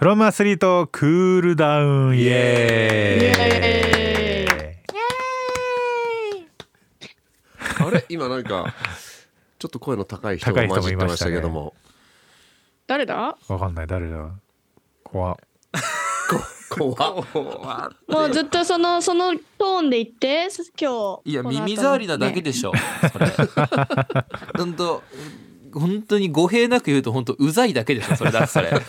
フロムアスリートクールダウンイエーイ。 あれ今なんかちょっと声の高い人が混じってましたけども、 誰だ？ わかんない、誰だ。怖っ。 怖っ。 もうずっとそのトーンで言って今日。 いや耳障りなだけでしょ、それ本当に語弊なく言うと本当うざいだけでしょ、それだってそれ反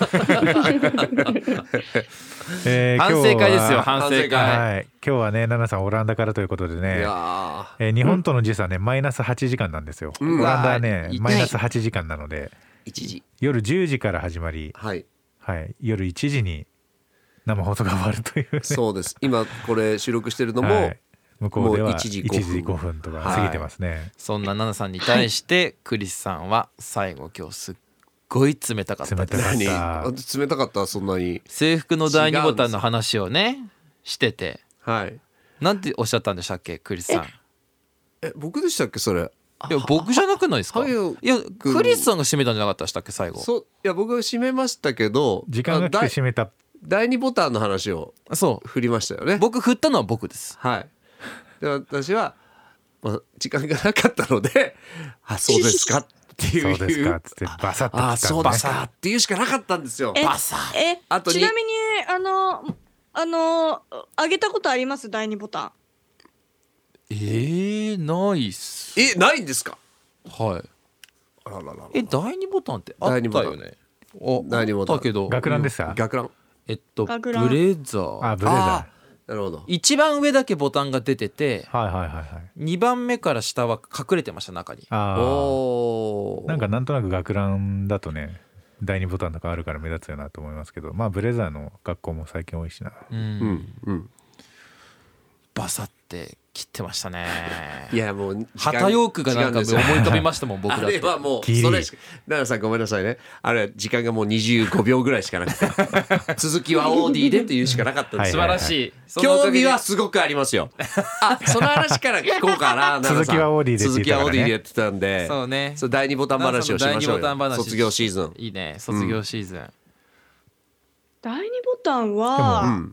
省会ですよ、反省会。 はい、今日はね、ナナさんオランダからということでね、日本との時差ね、マイナス8時間なんですよ。オランダはね、マイナス8時間なので、夜10時から始まり、はいはい、夜1時に生放送が終わるという、ね、 そうです。今これ収録してるのも、はい、 向こうでは1時5分とか過ぎてますね、はい、 そんなナナさんに対してクリスさんは最後今日すっごい冷たかったです。 冷たかった。そんなに制服の第2ボタンの話をねしてて、 はい、 なんておっしゃったんでしたっけ、クリスさん。 僕でしたっけそれ。 いや僕じゃなくないですか。いやクリスさんが締めたんじゃなかったでしたっけ最後。 そう、いや僕が締めましたけど、 時間が来て締めた第2ボタンの話を振りましたよね。 僕振ったのは僕です。 はい。で私は、時間がなかったのであ、そうですかっていう、 そうですかっつってバサッと切ったんで、 あ、そうですかっていうしかなかったんですよ。 バサッ。 あとちなみに上げたことあります？第2ボタン。 ないっす。 ないんですか。 はい。 あらららら。 第2ボタンってあったよね。 第2ボタン。 だけど学ランですか。 学ラン。 ブレザー。 あ、ブレザー。 なるほど。 一番上だけボタンが出てて、 はいはいはいはい。 2番目から下は隠れてました、中に。 なんとなく学ランだとね、第2ボタンとかあるから目立つよなと思いますけど、まあブレザーの学校も最近多いしな。 バサって切ってましたね。 いやもう旗ヨークがなんか思い浮かびましたもん僕だって。 あれはもうそれしか、奈々さんごめんなさいね、あれ時間がもう25秒ぐらいしかなくて続きはオーディでっていうしかなかったんです。 素晴らしい。 興味はすごくありますよ。あ、その話から聞こうかな。 続きはオーディで続きはオーディでやってたんで、 そうね、 第2ボタン話をしましょうよ。卒業シーズン。 いいね、卒業シーズン。 第2ボタンは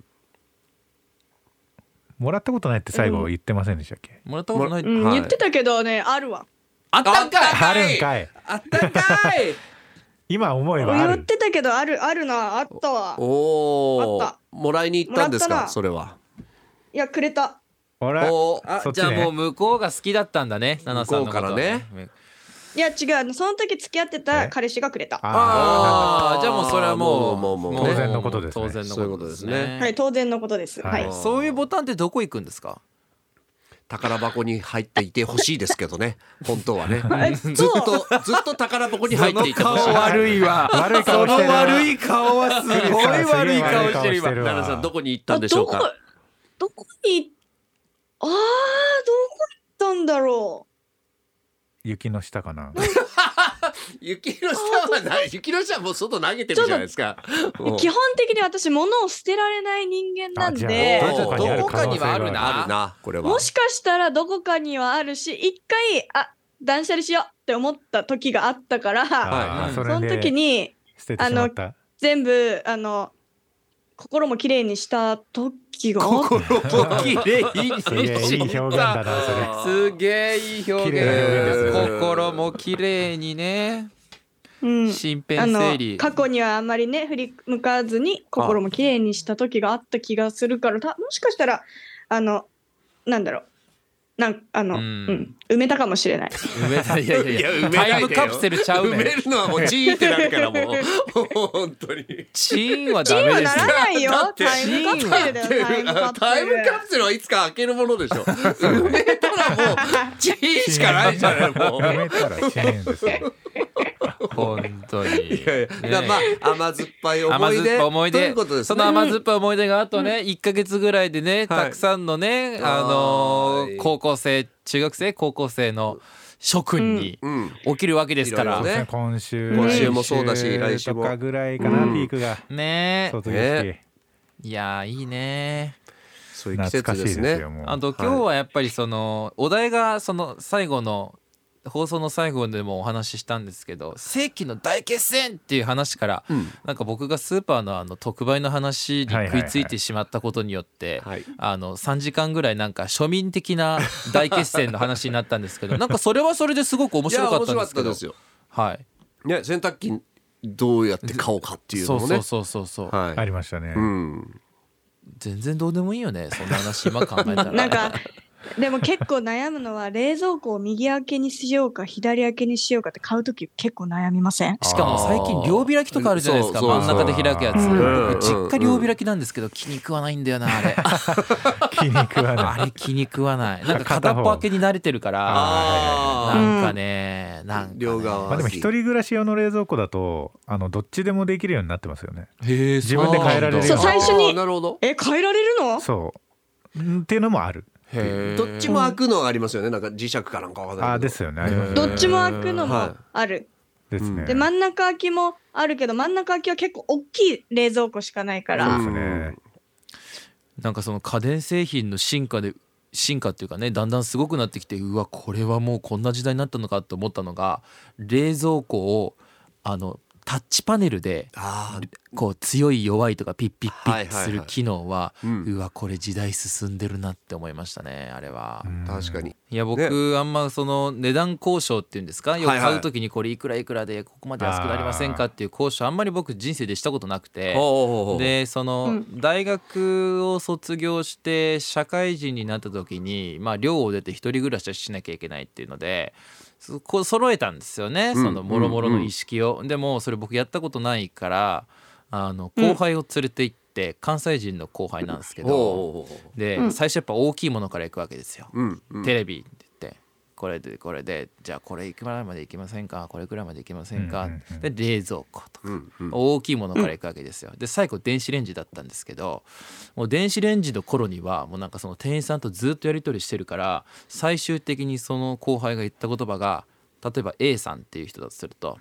もらったことないって最後言ってませんでしたっけ。 もらったことない、 言ってたけどね、あるわ。 あったんかい。 あるんかい。 あったんかい。 今思えばある。 言ってたけどあるな、あったわ。 おお。 あった。 もらいに行ったんですかそれは。 いや、くれた。 じゃあもう向こうが好きだったんだね、ナナさんのことからね。 いや違う、その時付き合ってた彼氏がくれた。 じゃあもうそれはもう当然のことですね。 当然のことですね。 はい、当然のことです。はい。 そういうボタンってどこ行くんですか。 宝箱に入っていてほしいですけどね、本当はね。ずっと宝箱に入っていてほしい。 その顔悪いわ。その悪い顔はすごい悪い顔してる今。 奈々さんどこに行ったんでしょうか。 どこにどこ行ったんだろう。 雪の下かな。 雪の下はない。雪の下はもう外投げてるじゃないですか。 基本的に私物を捨てられない人間なんで、 どこかにはあるな。 これはもしかしたらどこかにはあるし、一回断捨離しようって思った時があったから、その時に全部心も綺麗にした時が心も綺麗にした。 いい表現だなそれ。すげえいい表現。心も綺麗にね。身辺整理。 過去にはあんまりね振り向かずに心も綺麗にした時があった気がするから、もしかしたらなんだろう。埋めたかもしれない。 埋めた。いやタイムカプセルちゃうね。 埋めるのはもうチーンってなるからもう本当に。 チーンはダメですよ。 チーンはならないよ。タイムカプセルだよ。 タイムカプセルはいつか開けるものでしょ。埋めたらもうチーンしかないじゃない。もう埋めたらチーンですよ。 本当に。 まあ甘酸っぱい思い出。 その甘酸っぱい思い出があとね、1ヶ月ぐらいでね、たくさんのね、高校生、中学生、高校生の諸君に起きるわけですから。 今週もそうだし、来週もとかぐらいかな、ピークが。 ね。 卒業式。 いやいいね。 そういう季節ですね。 今日はやっぱりそのお題がその最後の放送の最後でもお話ししたんですけど、世紀の大決戦っていう話から、なんか僕がスーパーの特売の話に食いついてしまったことによって、3時間ぐらいなんか庶民的な大決戦の話になったんですけどなんかそれはそれですごく面白かったんですけど、はいね、洗濯機どうやって買おうかっていうのもね、 そう、はい、 ありましたね、 全然どうでもいいよねそんな話今考えたらなんかでも結構悩むのは冷蔵庫を右開けにしようか左開けにしようかって買うとき結構悩みません？ しかも最近両開きとかあるじゃないですか、真ん中で開くやつ、実家両開きなんですけど気に食わないんだよなあれ気に食わないあれ気に食わない、なんか片っぽ開けに慣れてるからなんかね両側、 でも一人暮らし用の冷蔵庫だとどっちでもできるようになってますよね。 自分で変えられるように。 そう最初になるほど、 変えられるの？ そうっていうのもある。 どっちも開くのがありますよね、なんか磁石かなんかわかんないけど。 ですよね、あります。 どっちも開くのもある、 ですね。 で真ん中開きもあるけど真ん中開きは結構大きい冷蔵庫しかないから、 そうですね。 なんかその家電製品の進化っていうかね、だんだんすごくなってきて、うわこれはもうこんな時代になったのかと思ったのが、冷蔵庫をタッチパネルでこう強い弱いとかピッピッピッする機能は、うわこれ時代進んでるなって思いましたね、あれは。 確かに。 いや僕、あんまその値段交渉っていうんですか、よく買う時にこれいくらいくらでここまで安くなりませんかっていう交渉あんまり僕人生でしたことなくて、でその大学を卒業して社会人になった時に寮を出て一人暮らしをしなきゃいけないっていうのでこう揃えたんですよね、そのもろもろの意識を。でもそれ僕やったことないから後輩を連れて行って、関西人の後輩なんですけど、で最初やっぱ大きいものから行くわけですよ、テレビって言って、これでじゃあこれいくらまで行きませんか、これくらいまで行きませんか、で冷蔵庫とか、大きいものから行くわけですよ。で最後電子レンジだったんですけど、もう電子レンジの頃にはもうなんかその店員さんとずっとやり取りしてるから、最終的にその後輩が言った言葉が、例えば A さんっていう人だとすると、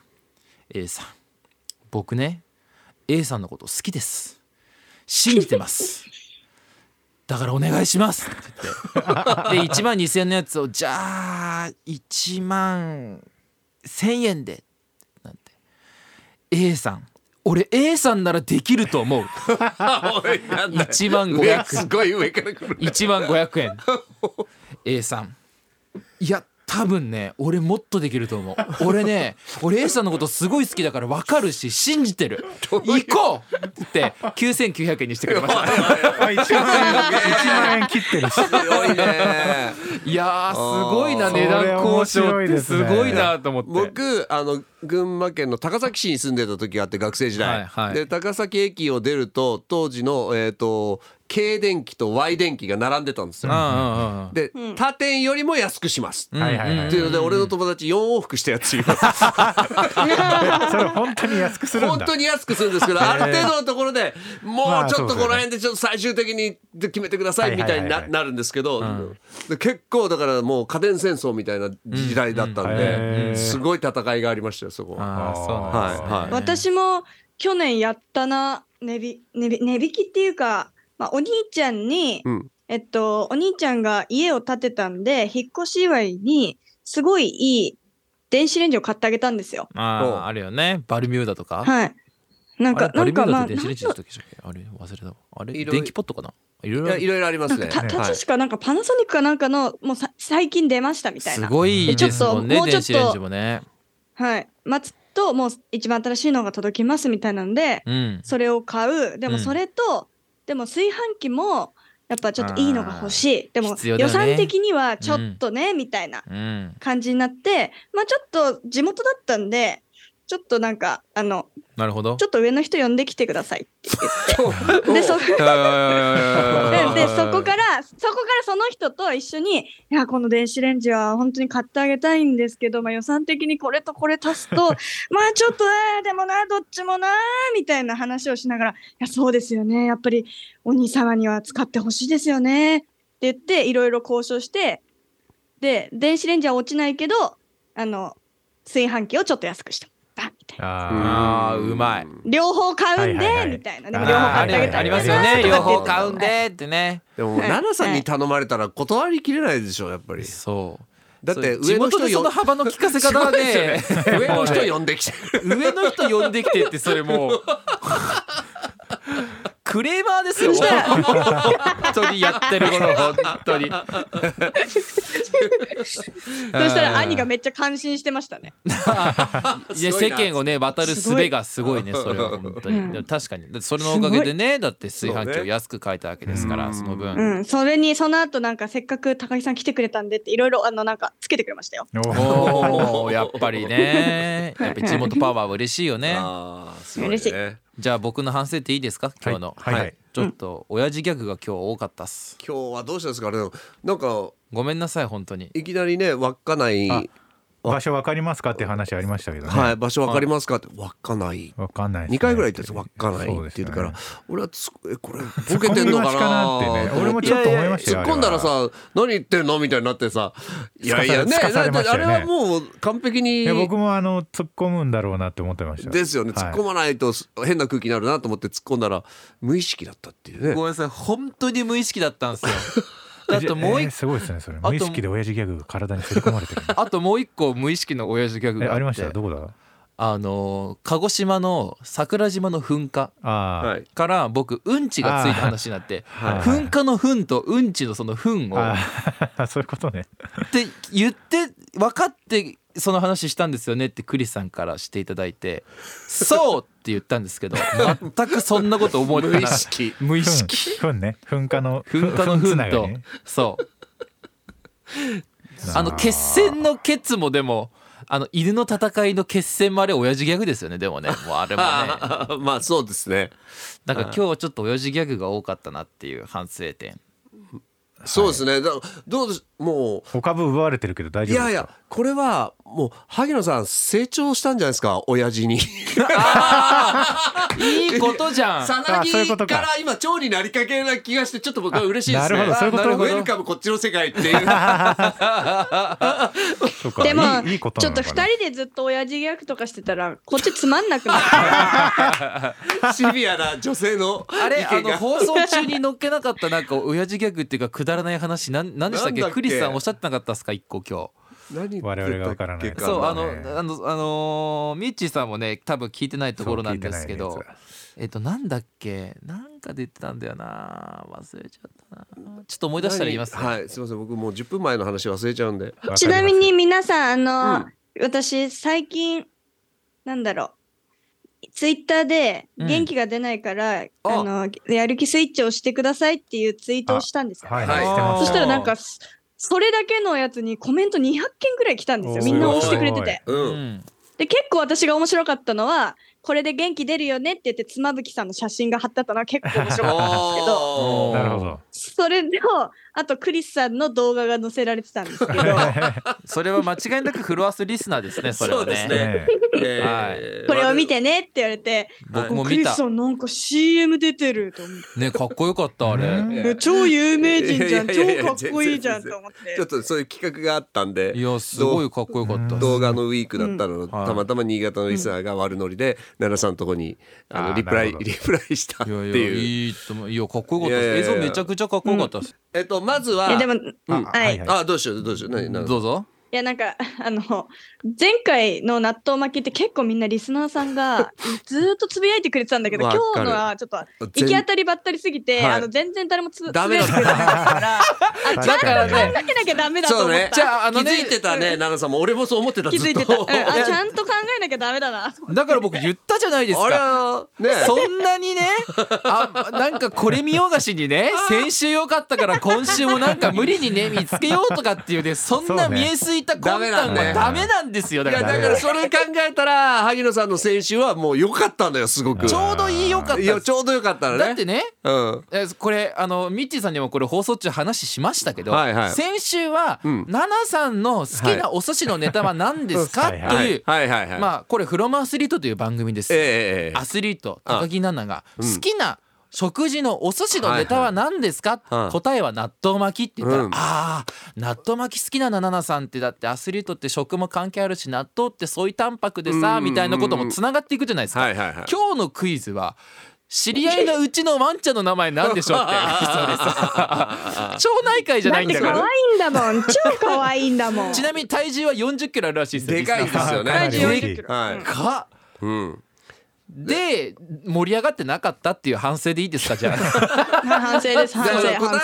A さん僕ね A さんのこと好きです、信じてますだからお願いしますって言ってで1万2000円のやつをじゃあ1万1000円でなんて、 A さん俺 A さんならできると思う1万500円、 すごい上から来る 1万500円A さん、いや多分ね俺もっとできると思う、俺 A さんのことすごい好きだから分かるし信じてる、行こうって9900円にしてくれました 1万円切ってるし、 すごいね。 いやすごいな、値段交渉ってすごいなと思って。 僕群馬県の高崎市に住んでた時があって、学生時代、で高崎駅を出ると当時のK 電機と Y 電機が並んでたんですよ、で他店よりも安くしますっていうので、俺の友達4往復したやついますそれ本当に安くするんだ。 本当に安くするんですけど、ある程度のところでもうちょっとこの辺でちょっと最終的に決めてくださいみたいになるんですけど、で結構だからもう家電戦争みたいな時代だったんで、すごい戦いがありましたよそこは。 私も去年やったな、値引きっていうか、お兄ちゃんに、お兄ちゃんが家を建てたんで引っ越し祝いにすごいいい電子レンジを買ってあげたんですよ。 あるよね、バルミューダとか。 はい。なんかバルミューダって電子レンジの時でしたっけ、あれ忘れた。あれ電気ポットかな、いろいろありますね。 確かなんかパナソニックかなんかのもう最近出ましたみたいな。 すごいですもんね、電子レンジもね。 はい。待つともう一番新しいのが届きますみたいなので、それを買う。でもそれと、でも炊飯器もやっぱちょっといいのが欲しい。でも予算的にはちょっとね、みたいな感じになって、ちょっと地元だったんで、ちょっとなんかなるほど、 ちょっと上の人呼んできてくださいって言ってでそこからその人と一緒に、いやこの電子レンジは本当に買ってあげたいんですけど、予算的にこれとこれ足すとちょっとでもな、どっちもなみたいな話をしながら、いやそうですよね、やっぱりお兄様には使ってほしいですよねって言っていろいろ交渉して、で電子レンジは落ちないけど炊飯器をちょっと安くした。うまい、 両方買うんでみたいな。でも両方買ってあげたいありますよね、両方買うんでってね。 でも奈々さんに頼まれたら断りきれないでしょ、やっぱり。 そうだって地元でその幅の聞かせ方で上の人呼んできて上の人呼んできてってそれもうクレーマーですよ。本当にやってること本当に。 そしたら兄がめっちゃ感心してましたね。 いや世間をね渡る術がすごいねそれは本当に。でも確かにそれのおかげでねだって炊飯器を安く買えたわけですからその分。 それにその後なんかせっかく高木さん来てくれたんでっていろいろなんかつけてくれましたよ。 おやっぱりねやっぱり地元パワーは嬉しいよね。 嬉しい。 じゃあ僕の反省っていいですか今日の。はいちょっと親父ギャグが今日多かったっす。 今日はどうしたんですかね。なんかごめんなさい本当に。 いきなりね稚内場所わかりますかって話ありましたけどね。 はい場所わかりますかって稚内2回ぐらい言ったんです稚内って言うから俺はこれボケてんのかなって俺もちょっと思いましたよ。 突っ込んだらさ何言ってんのみたいになってさいやいやねあれはもう完璧に。 僕も突っ込むんだろうなって思ってました。 ですよね突っ込まないと変な空気になるなと思って突っ込んだら無意識だったっていうね。 ごめんなさい本当に無意識だったんですよ。あともう一個すごいですねそれ。無意識で親父ギャグが体に刷り込まれてる。 あともう一個無意識の親父ギャグがありました。どこだ。 鹿児島の桜島の噴火から僕うんちがついた話になって噴火の糞とうんちのその糞をそういうことねって言って分かってその話したんですよねってクリスさんからしていただいてそうって言ったんですけど全くそんなこと思ってない。無意識糞ね噴火の糞とそう決戦のケツもでも犬の戦いの決戦もあれ親父ギャグですよね。でもねもうあれもねまあそうですね。 なんか今日はちょっと親父ギャグが多かったなっていう反省点。 そうですね。だどうですもうお株奪われてるけど大丈夫ですか。 いやいやこれはもう萩野さん成長したんじゃないですか親父に。いいことじゃん。 さなぎから今蝶になりかけな気がしてちょっと僕は嬉しいですね。 なるほどそういうこと。 ウェルカムこっちの世界っていう。 でもちょっと2人でずっと親父ギャグとかしてたらこっちつまんなくなる。シビアな女性のあれ放送中に乗っけなかったなんか親父ギャグっていうかくだらない話何でしたっけ。クリスさんおっしゃってなかったですか一個今日。 我々が分からない。 そうミッチーさんもね多分聞いてないところなんですけどなんだっけなんかで言ってたんだよな忘れちゃったな。ちょっと思い出したら言いますね。 はいすいません僕もう10分前の話忘れちゃうんで。 ちなみに皆さん私最近なんだろうツイッターで元気が出ないから、やる気スイッチをしてくださいっていうツイートをしたんですよ。そしたらなんかそれだけのやつにコメント200件ぐらい来たんですよ。みんな押してくれてて、で結構私が面白かったのはこれで元気出るよねって言って妻夫木さんの写真が貼ってあったのは結構面白かったんですけどなるほど。 それとあとクリスさんの動画が載せられてたんですけどそれは間違いなくフロアスリスナーですね。それはね。 そうですね。これを見てねって言われて僕も見た。 クリスさんなんか CM 出てると思ってねかっこよかったあれ。 超有名人じゃん超かっこいいじゃんと思って。 ちょっとそういう企画があったんでいやすごいかっこよかった。 動画のウィークだったのたまたま新潟のリスナーが悪ノリで奈良さんのとこにリプライしたっていう。 いやかっこよかったです。映像めちゃくちゃかっこよかったです。 まずはでもどうしようどうぞ。 いやなんか前回の納豆巻きって結構みんなリスナーさんがずっとつぶやいてくれてたんだけど今日のはちょっと行き当たりばったりすぎて全然誰もつぶやいてくれなかったからちゃんと考えなきゃダメだと思った。 じゃあ気づいてたね奈々さんも俺もそう思ってた。 気づいてた。ちゃんと考えなきゃダメだな。 だから僕言ったじゃないですか。そんなにねなんかこれ見よがしにね先週よかったから今週もなんか無理にね見つけようとかっていうねそんな見えすいた魂胆はダメなんですよ。だからそれ考えたら萩野さんの先週はもう良かったんだよすごく。 ちょうどいい良かった。 いやちょうど良かったね。 だってねこれミッチーさんにもこれ放送中話しましたけど先週は奈々さんの好きなお寿司のネタは何ですかというまあこれフロムアスリートという番組です。アスリート高木菜那が好きな食事のお寿司のネタは何ですか、答えは納豆巻きって言ったら、納豆巻き好きな奈々さんってだってアスリートって食も関係あるし納豆ってソイタンパクでさみたいなこともつながっていくじゃないですか。今日のクイズは知り合いのうちのワンちゃんの名前なんでしょうって町内会じゃないんだから。 だって可愛いんだもん、超可愛いんだもん。 ちなみに体重は40キロあるらしいですよ。 でかいですよね。 体重40キロ、 か、で盛り上がってなかったっていう反省でいいですか？じゃあ反省です。反省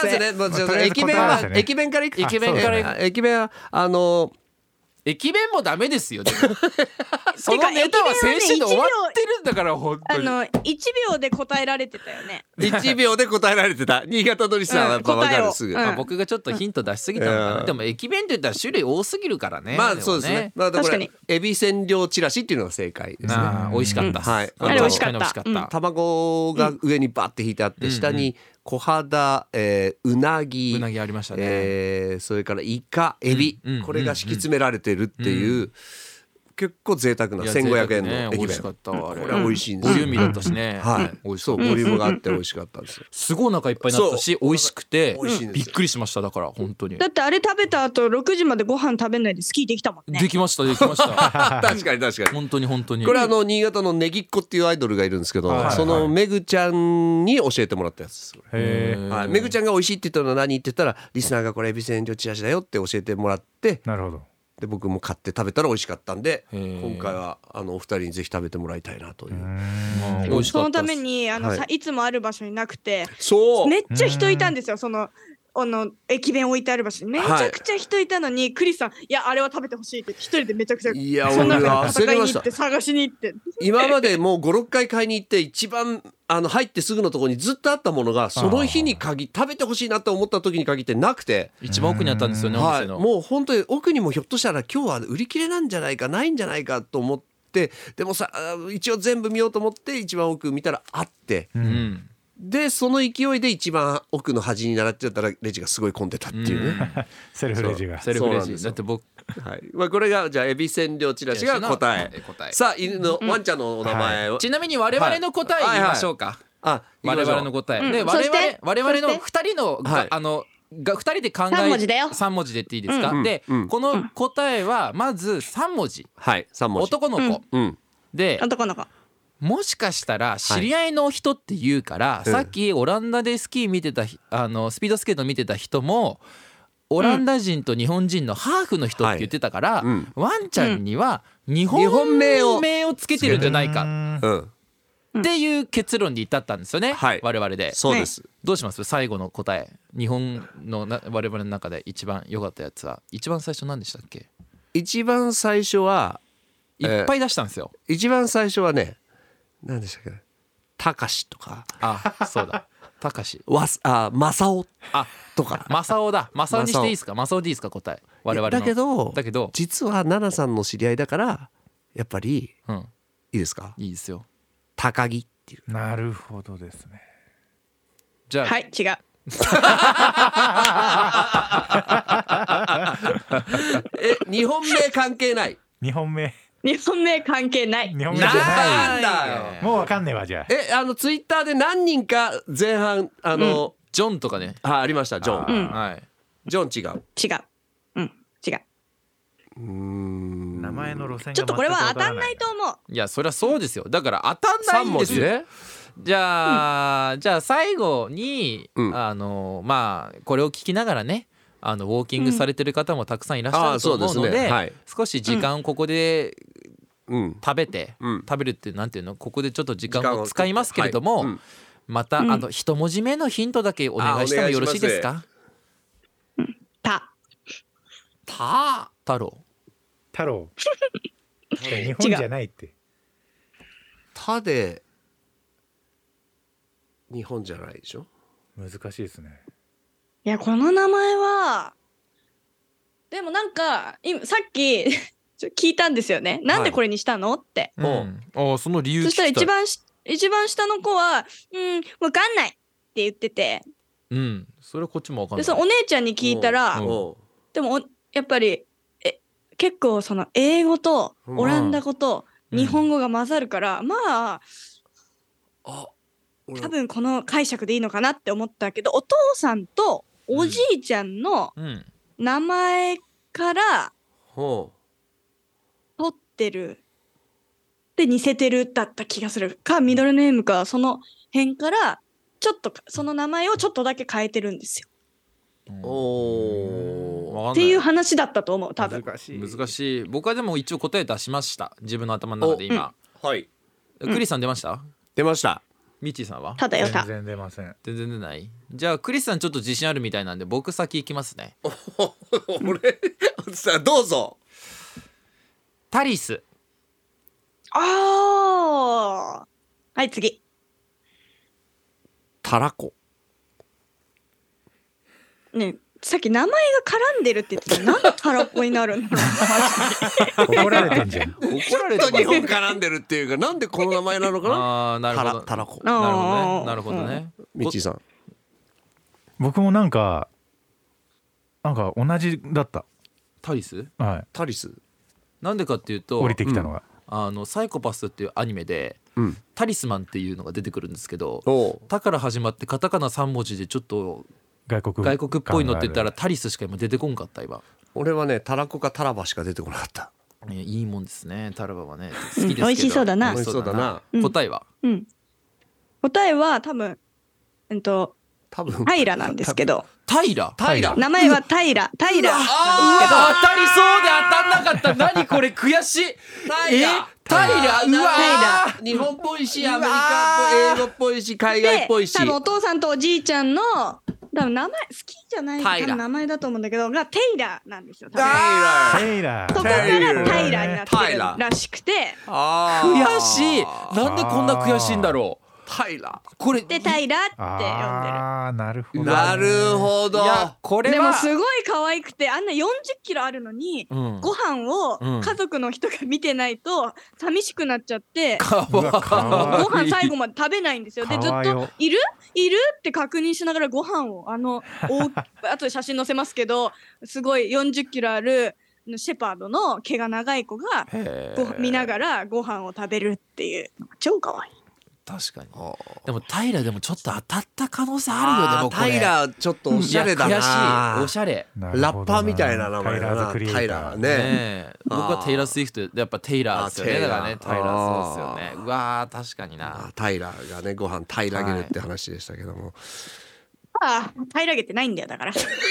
駅弁からいく。駅弁は駅弁もダメですよ。そのネタは先週で終わってるんだから本当に。 1秒で答えられてたよね。 1秒で答えられてた。新潟のりさんはやっぱ分かるすぐ。 僕がちょっとヒント出しすぎたのかな。でも駅弁って言ったら種類多すぎるからね。 まあそうですね。確かにエビ千両チラシっていうのが正解ですね。 美味しかった。 はい。あれ美味しかった。 卵が上にバッて引いてあって下に小肌、うなぎありましたね。 それからイカ、エビ、これが敷き詰められてるっていう、結構贅沢な1500円の駅弁。これは美味しいんですよ。 ボリューミーだったしね。 美味しそう。ボリュームがあって美味しかったんですよ。 すごいお腹いっぱいになったし美味しくてびっくりしました。だから本当に。 だってあれ食べた後6時までご飯食べないでスキーできたもんね。 できました。確かに本当にこれ新潟のねぎっこっていうアイドルがいるんですけど、そのめぐちゃんに教えてもらったやつです。めぐちゃんが美味しいって言ったのは何って言ったら、リスナーがこれエビ千両チラシだよって教えてもらって、 なるほど。 で僕も買って食べたら美味しかったんで、今回はお二人にぜひ食べてもらいたいなという。 そのためにいつもある場所になくて、 そうめっちゃ人いたんですよ。その駅弁置いてある場所にめちゃくちゃ人いたのに、クリスさんいやあれは食べてほしいって一人でめちゃくちゃその中で戦いに行って探しに行って、 今までもう 5,6 回買いに行って一番入ってすぐのところにずっとあったものが、その日に食べてほしいなと思った時に限ってなくて、 一番奥にあったんですよね。 もう本当に奥にもひょっとしたら今日は売り切れなんじゃないか、ないんじゃないかと思って、でもさ一応全部見ようと思って一番奥見たらあって、でその勢いで一番奥の端に並っちゃったらレジがすごい混んでたっていうね。 セルフレジが。 セルフレジだって僕、 これがじゃあエビ千両チラシが答え。さあ犬のワンちゃんのお名前を、 ちなみに我々の答え言いましょうか。我々の答えで我々の2人の2人で考え 3文字だよ。 3文字でっていいですか。でこの答えはまず3文字。男の子で、 男の子。 もしかしたら知り合いの人って言うから、さっきオランダでスキー見てたスピードスケート見てた人もオランダ人と日本人のハーフの人って言ってたから、ワンちゃんには日本名をつけてるんじゃないかっていう結論に至ったんですよね、我々で。 そうです。 どうします？最後の答え。日本の我々の中で一番良かったやつは一番最初何でしたっけ？ 一番最初はいっぱい出したんですよ。 一番最初はね、何でしたっけ、たかしとか、 そうだ、たかし、 まさおとか、 まさおだ、まさおにしていいですか？まさおでいいですか？答え我々の。だけど実は奈々さんの知り合いだからやっぱり、いいですか？ いいですよ。 高木っていう。 なるほどですね。 じゃあはい違う。 日本名関係ない。 日本名関係ない。 日本名じゃない。 なんだよ。 もうわかんねえわ。じゃあツイッターで何人か前半ジョンとかね。 ありました。ジョン。ジョン違う。 違う。 名前の路線がちょっとこれは当たんないと思う。 いやそりゃそうですよ。だから当たんないんですよ。じゃあ最後にまあこれを聞きながらね、ウォーキングされてる方もたくさんいらっしゃると思うので、少し時間をここで食べるってなんていうの、ここでちょっと時間を使いますけれども、また一文字目のヒントだけお願いしてもよろしいですか？太郎。 日本じゃないって。 たで日本じゃないでしょ。 難しいですね。 いやこの名前はでもなんかさっき聞いたんですよね。なんでこれにしたのって。 その理由聞きたい。 そしたら一番下の子はわかんないって言ってて。 それはこっちもわかんない。 でそのお姉ちゃんに聞いたら、でもやっぱり結構その英語とオランダ語と日本語が混ざるから、まあ多分この解釈でいいのかなって思ったけど、お父さんとおじいちゃんの名前から取ってるで似せてるだった気がするか、ミドルネームか、その辺からちょっとその名前をちょっとだけ変えてるんですよ。っていう話だったと思う、多分。 難しい。僕はでも一応答え出しました、自分の頭の中で今。 はい。 クリスさん出ました？ 出ました。 ミッチーさんは？ ただよた。 全然出ません。 全然出ない。じゃあクリスさんちょっと自信あるみたいなんで僕先行きますね。 俺さあどうぞ。 タリス。 はい、次。 タラコ。 ね、さっき名前が絡んでるって言ってたのになんでタラコになるんだろう。怒られてんじゃん。 怒られて日本絡んでるっていうか、なんでこの名前なのかな。 なるほど。 タラコ。 なるほどね。 ミッチーさん。 僕もなんか同じだった。 タリス？ はい。 タリス。 なんでかっていうと、 降りてきたのが、 サイコパスっていうアニメで、タリスマンっていうのが出てくるんですけど、タから始まってカタカナ3文字でちょっと外国っぽいのって言ったらタリスしか今出てこんかった今。 俺はね、タラコかタラバしか出てこなかった。 いいもんですね、タラバはね。好きですけど。 美味しそうだな。 美味しそうだな。 答えは？ 答えは多分平なんですけど。 平。 名前は平。 当たりそうで当たんなかった。何これ悔しい。平。 日本っぽいし、アメリカっぽい、英語っぽいし、海外っぽいし。 多分お父さんとおじいちゃんの名前好きじゃない名前だと思うんだけどがテイラーなんですよ。 テイラー。 そこからタイラーになってるらしくて。 悔しい。なんでこんな悔しいんだろう。 タイラ。 これでタイラって呼んでる。 なるほど。 なるほど。いやこれはでもすごい可愛くて、あんな40キロあるのに、ご飯を家族の人が見てないと寂しくなっちゃって、ご飯最後まで食べないんですよ。でずっといるって確認しながらご飯を後で写真載せますけど、すごい40キロあるシェパードの毛が長い子が見ながらご飯を食べるっていうのが超可愛い。 確かに。でも平でもちょっと当たった可能性あるよね。 平ちょっとおしゃれだな。 悔しい。おしゃれ。 ラッパーみたいな名前だな。平ね。 僕はテイラー・スウィフトでやっぱテイラーですよね。だからね、タイラーそうですよね。うわー確かにな。 平がね、ご飯平らげるって話でしたけども。 平らげてないんだよだから。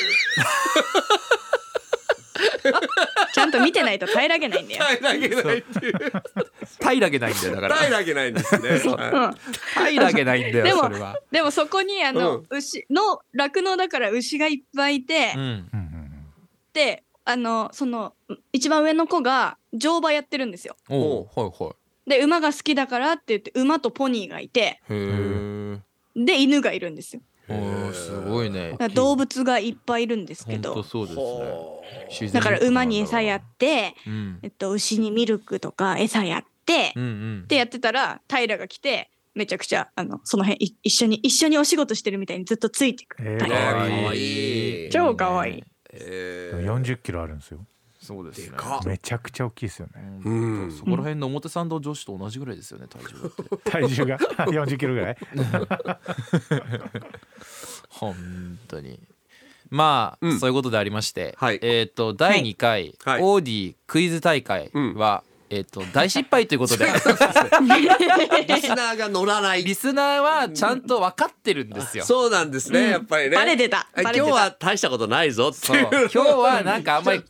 ちゃんと見てないと平らげないんだよ。 平らげないっていう。 平らげないんだよだから。 平らげないんですね。 平らげないんだよそれは。 でもそこに牛の酪農だから牛がいっぱいいて、でその一番上の子が乗馬やってるんですよ。で馬が好きだからって言って馬とポニーがいて、で犬がいるんですよ。 すごいね。 動物がいっぱいいるんですけど、 そうですね。 だから馬に餌やって、牛にミルクとか餌やって、ってやってたら平が来て、めちゃくちゃその辺一緒にお仕事してるみたいにずっとついてくる。 かわいい。 超かわいい。 40キロあるんですよ。 そうですね。 めちゃくちゃ大きいですよね。そこら辺の表参道女子と同じぐらいですよね、 体重が40キロぐらい。 本当に。まあそういうことでありまして、第2回オーディクイズ大会は大失敗ということで。 リスナーが乗らない。 リスナーはちゃんと分かってるんですよ。 そうなんですね、やっぱりね。 バレてた。 今日は大したことないぞっていう。 今日はなんかあんまり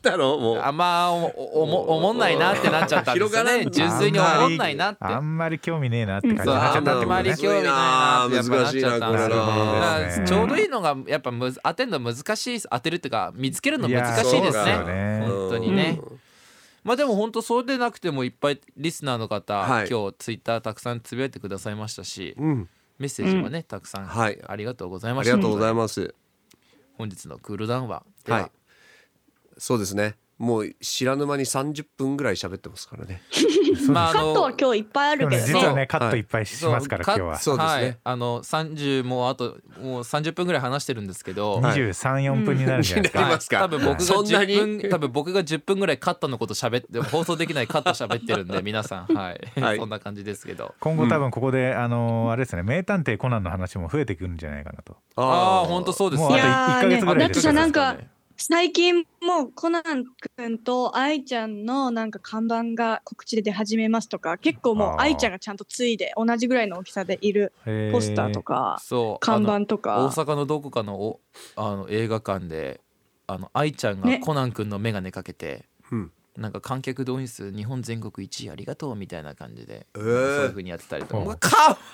思んないなってなっちゃったんですよね。純粋に思んないなって。 あんまり興味ねえなって感じになっちゃったってことね。 あんまり興味ないなってやっぱなっちゃったんですよ。ちょうどいいのがやっぱ当てるの難しい、当てるっていうか見つけるの難しいですね。本当にね。まあでも本当そうでなくてもいっぱいリスナーの方、今日ツイッターたくさんつぶやいてくださいましたし、メッセージもねたくさんありがとうございました。 ありがとうございます。 本日のクールダウンはそうですね。もう知らぬ間に30分ぐらい喋ってますからね。 まあカットは今日いっぱいあるけどね。 実はねカットいっぱいしますから今日は。 そうですね。 30もうあともう30分ぐらい話してるんですけど、 23、4分になるじゃないですか。 多分僕が10分ぐらいカットのこと喋って放送できないカット喋ってるんで皆さんそんな感じですけど。 今後多分ここであれですね、名探偵コナンの話も増えてくるんじゃないかなと。 本当そうですね。 もうあと1ヶ月ぐらいで。 だってさなんか最近もコナン君と愛ちゃんのなんか看板が告知で出始めますとか、結構もう愛ちゃんがちゃんとついで同じぐらいの大きさでいるポスターとか看板とか、 大阪のどこかの映画館で愛ちゃんがコナン君の眼鏡かけて、ね、なんか観客動員数日本全国1位ありがとうみたいな感じで、そういう風にやってたりとか、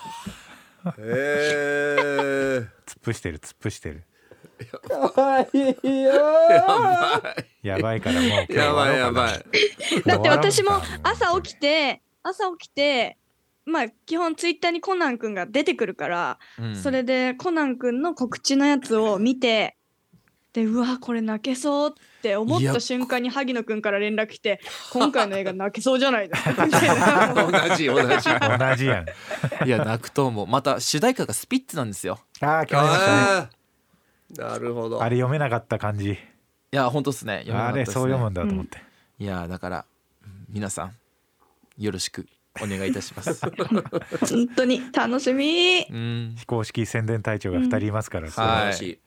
突っ伏してるやばいからもうやばいだって私も朝起きてまあ基本ツイッターにコナンくんが出てくるから、それでコナンくんの告知のやつを見て、でうわこれ泣けそうって思った瞬間に萩野くんから連絡来て、今回の映画泣けそうじゃないですかみたいな同じやんいや泣くと思う。また主題歌がスピッツなんですよ。 決まりましたね。 なるほど。 あれ読めなかった感じ。 いや本当ですね。 あれそう読むんだと思って、 いやだから皆さんよろしくお願いいたします本当に楽しみ。 非公式宣伝隊長が2人いますから、 素晴らしい。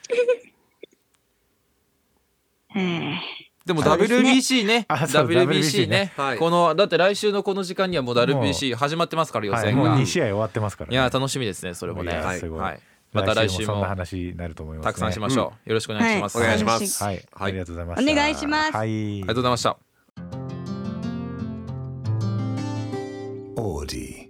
でも WBC ね、WBC ね、このだって来週のこの時間にはもう WBC 始まってますから、予選がもう2試合終わってますから、 いや楽しみですねそれもね。 また来週もそんな話になると思いますね。 たくさんしましょう。よろしくお願いします。 お願いします。 はい、ありがとうございました。 お願いします。 ありがとうございました。 オーディ